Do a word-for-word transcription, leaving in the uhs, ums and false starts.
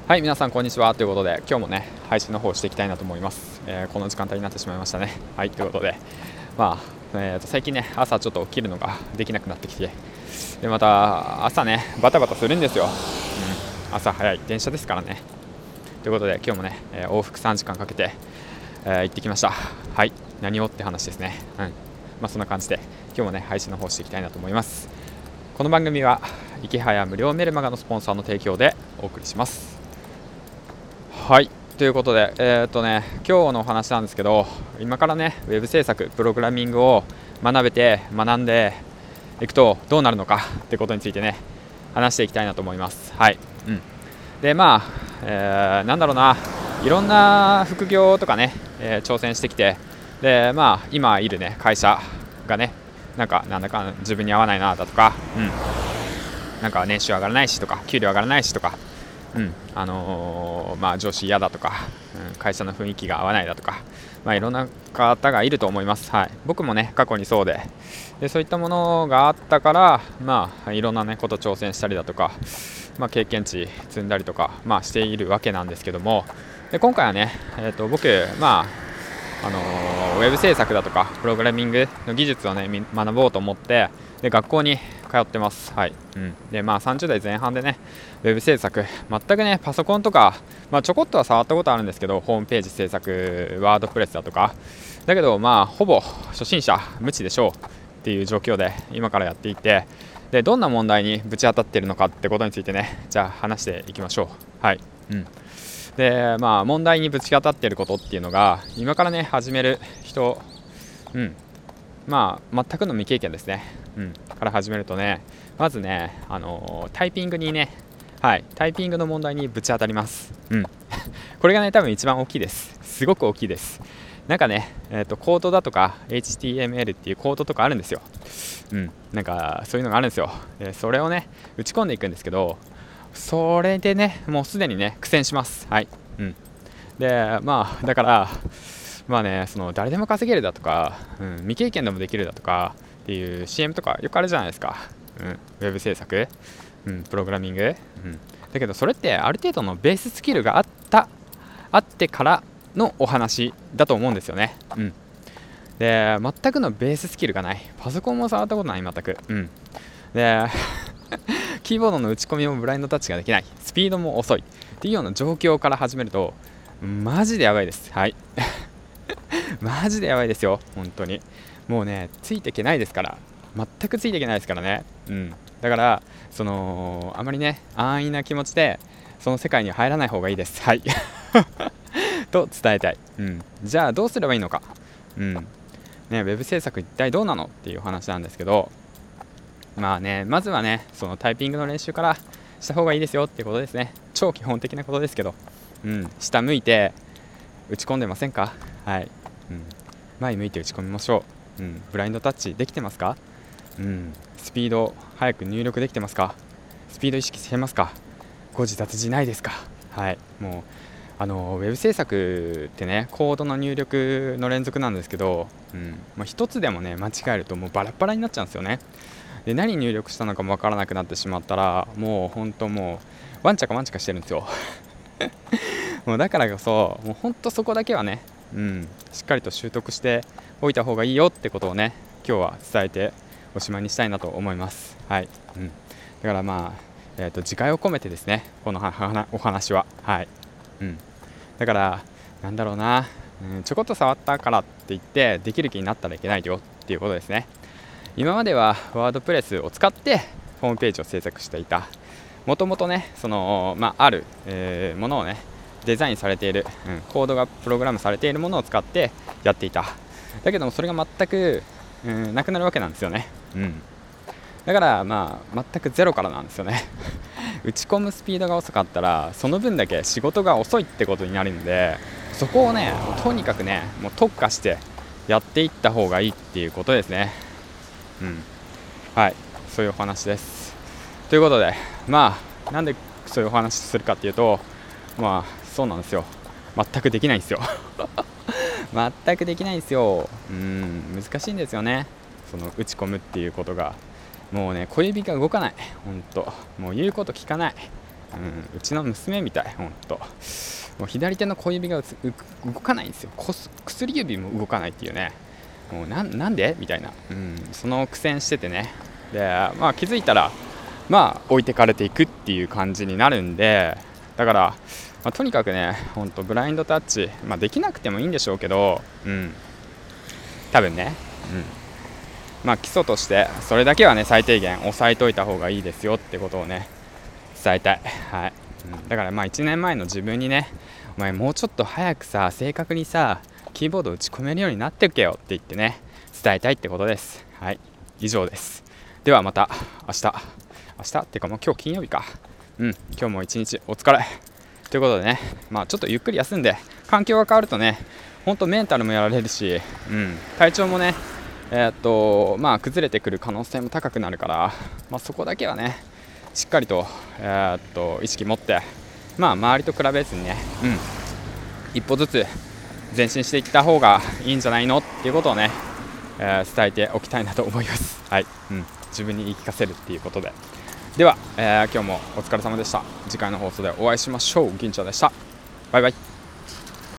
はい、皆さんこんにちはということで、今日もね配信の方をしていきたいなと思います。えーこの時間帯になってしまいましたね。はい、ということで、まあ、えーと最近ね朝ちょっと起きるのができなくなってきて、でまた朝ねバタバタするんですよ。うん、朝早い電車ですからね。ということで今日もね、えー往復さんじかんかけて、えー行ってきました。はい、何をって話ですね。うん、まあそんな感じで今日もね配信の方をしていきたいなと思います。この番組は池早無料メルマガのスポンサーの提供でお送りします。はい、ということで、えーっとね、今日のお話なんですけど、今からね、ウェブ制作、プログラミングを学べて、学んでいくとどうなるのかってことについてね、話していきたいなと思います。はい、うん、で、まあ、えーなんだろうな、いろんな副業とかね、えー挑戦してきて、で、まあ、今いるね、会社がね、なんか、なんだか自分に合わないなだとか、うん、なんか年収上がらないしとか、給料上がらないしとか、うんあのーまあ、上司嫌だとか、うん、会社の雰囲気が合わないだとか、まあ、いろんな方がいると思います。はい、僕もね過去にそうで、でそういったものがあったから、まあ、いろんな、ね、こと挑戦したりだとか、まあ、経験値積んだりとか、まあ、しているわけなんですけども、で今回はね、えー、と僕、まああのーウェブ制作だとかプログラミングの技術をね学ぼうと思ってで学校に通ってます。はい、うん、でまあさんじゅう代前半でねウェブ制作全くねパソコンとか、まあ、ちょこっとは触ったことあるんですけど、ホームページ制作ワードプレスだとかだけど、まあほぼ初心者無知でしょうっていう状況で今からやっていて、でどんな問題にぶち当たっているのかってことについてね、じゃあ話していきましょう。はい、うんでまあ、問題にぶち当たっていることっていうのが、今からね始める人、うんまあ、全くの未経験ですね、うん、から始めるとね、まずね、あのータイピングにね、はい、タイピングの問題にぶち当たります、うん、これがね多分一番大きいです。すごく大きいです。なんかね、えーと、コードだとか エイチティーエムエル っていうコードとかあるんですよ。うん、なんかそういうのがあるんですよ。でそれをね打ち込んでいくんですけど、それでねもうすでにね苦戦します。はい、うん、でまあだからまあねその誰でも稼げるだとか、うん、未経験でもできるだとかっていう シーエム とかよくあるじゃないですか、うん、ウェブ制作、うん、プログラミング、うん、だけどそれってある程度のベーススキルがあったあってからのお話だと思うんですよね。うん、で全くのベーススキルがない、パソコンも触ったことない全く、うん、でキーボードの打ち込みもブラインドタッチができない、スピードも遅いっていうような状況から始めるとマジでやばいです。はいマジでやばいですよ本当に。もうねついていけないですから、全くついていけないですからね。うん、だからそのあまりね安易な気持ちでその世界には入らない方がいいです。はいと伝えたい、うん、じゃあどうすればいいのか、うんね、ウェブ制作一体どうなのっていう話なんですけど、まあねまずはねそのタイピングの練習からした方がいいですよっていうことですね。超基本的なことですけど、うん、下向いて打ち込んでませんか？はい、うん、前向いて打ち込みましょう、うん、ブラインドタッチできてますか？うん、スピード早く入力できてますか？スピード意識してますか？誤字脱字ないですか？はい、もうあのウェブ制作ってねコードの入力の連続なんですけど、うんまあ、一つでもね間違えるともうバラバラになっちゃうんですよね。で何入力したのかもわからなくなってしまったらもう本当もうワンチャカワンチャカしてるんですよもうだからこそもう本当そこだけはね、うん、しっかりと習得しておいた方がいいよってことをね今日は伝えておしまいにしたいなと思います。はい、うん、だからまあ、えーと、自戒を込めてですねこのお話は、はい、うん、だからなんだろうな、うん、ちょこっと触ったからって言ってできる気になったらいけないよっていうことですね。今まではワードプレスを使ってホームページを制作していた。もともとねその、まあ、ある、えーものをねデザインされている、うん、コードがプログラムされているものを使ってやっていた。だけどもそれが全く、うん、なくなるわけなんですよね。うん、だからまあ全くゼロからなんですよね打ち込むスピードが遅かったらその分だけ仕事が遅いってことになるんで、そこをねとにかくねもう特化してやっていった方がいいっていうことですね。うん、はい、そういうお話です。ということで、まあなんでそういうお話するかっていうと、まあそうなんですよ、全くできないんですよ全くできないんですよ。うん、難しいんですよね、その打ち込むっていうことが。もうね小指が動かない、ほんともう言うこと聞かない。 うん、うちの娘みたい、ほんともう左手の小指がうつう動かないんですよ。こす薬指も動かないっていうね、もうな ん, なんでみたいな、うん、その苦戦しててね、で、まあ、気づいたら、まあ、置いてかれていくっていう感じになるんで、だから、まあ、とにかくね、ほんとブラインドタッチ、まあ、できなくてもいいんでしょうけど、うん、多分ね、うんまあ、基礎としてそれだけはね最低限押さえといた方がいいですよってことをね伝えたい、はいうん、だからまあいちねんまえの自分にね、お前もうちょっと早くさ正確にさキーボード打ち込めるようになってけよって言ってね伝えたいってことです。はい、以上です。ではまた明日明日っていうかもう今日金曜日か、うん今日も一日お疲れということでね、まあちょっとゆっくり休んで、環境が変わるとねほんとメンタルもやられるし、うん、体調もねえーっとまあ、崩れてくる可能性も高くなるから、まあ、そこだけはねしっかりと、えーっと意識持って、まあ、周りと比べずにね、うん、一歩ずつ前進していった方がいいんじゃないのっていうことをね、えー伝えておきたいなと思います、はいうん、自分に言い聞かせるっていうことで。では、えー今日もお疲れ様でした。次回の放送でお会いしましょう。銀ちゃんでした。バイバイ。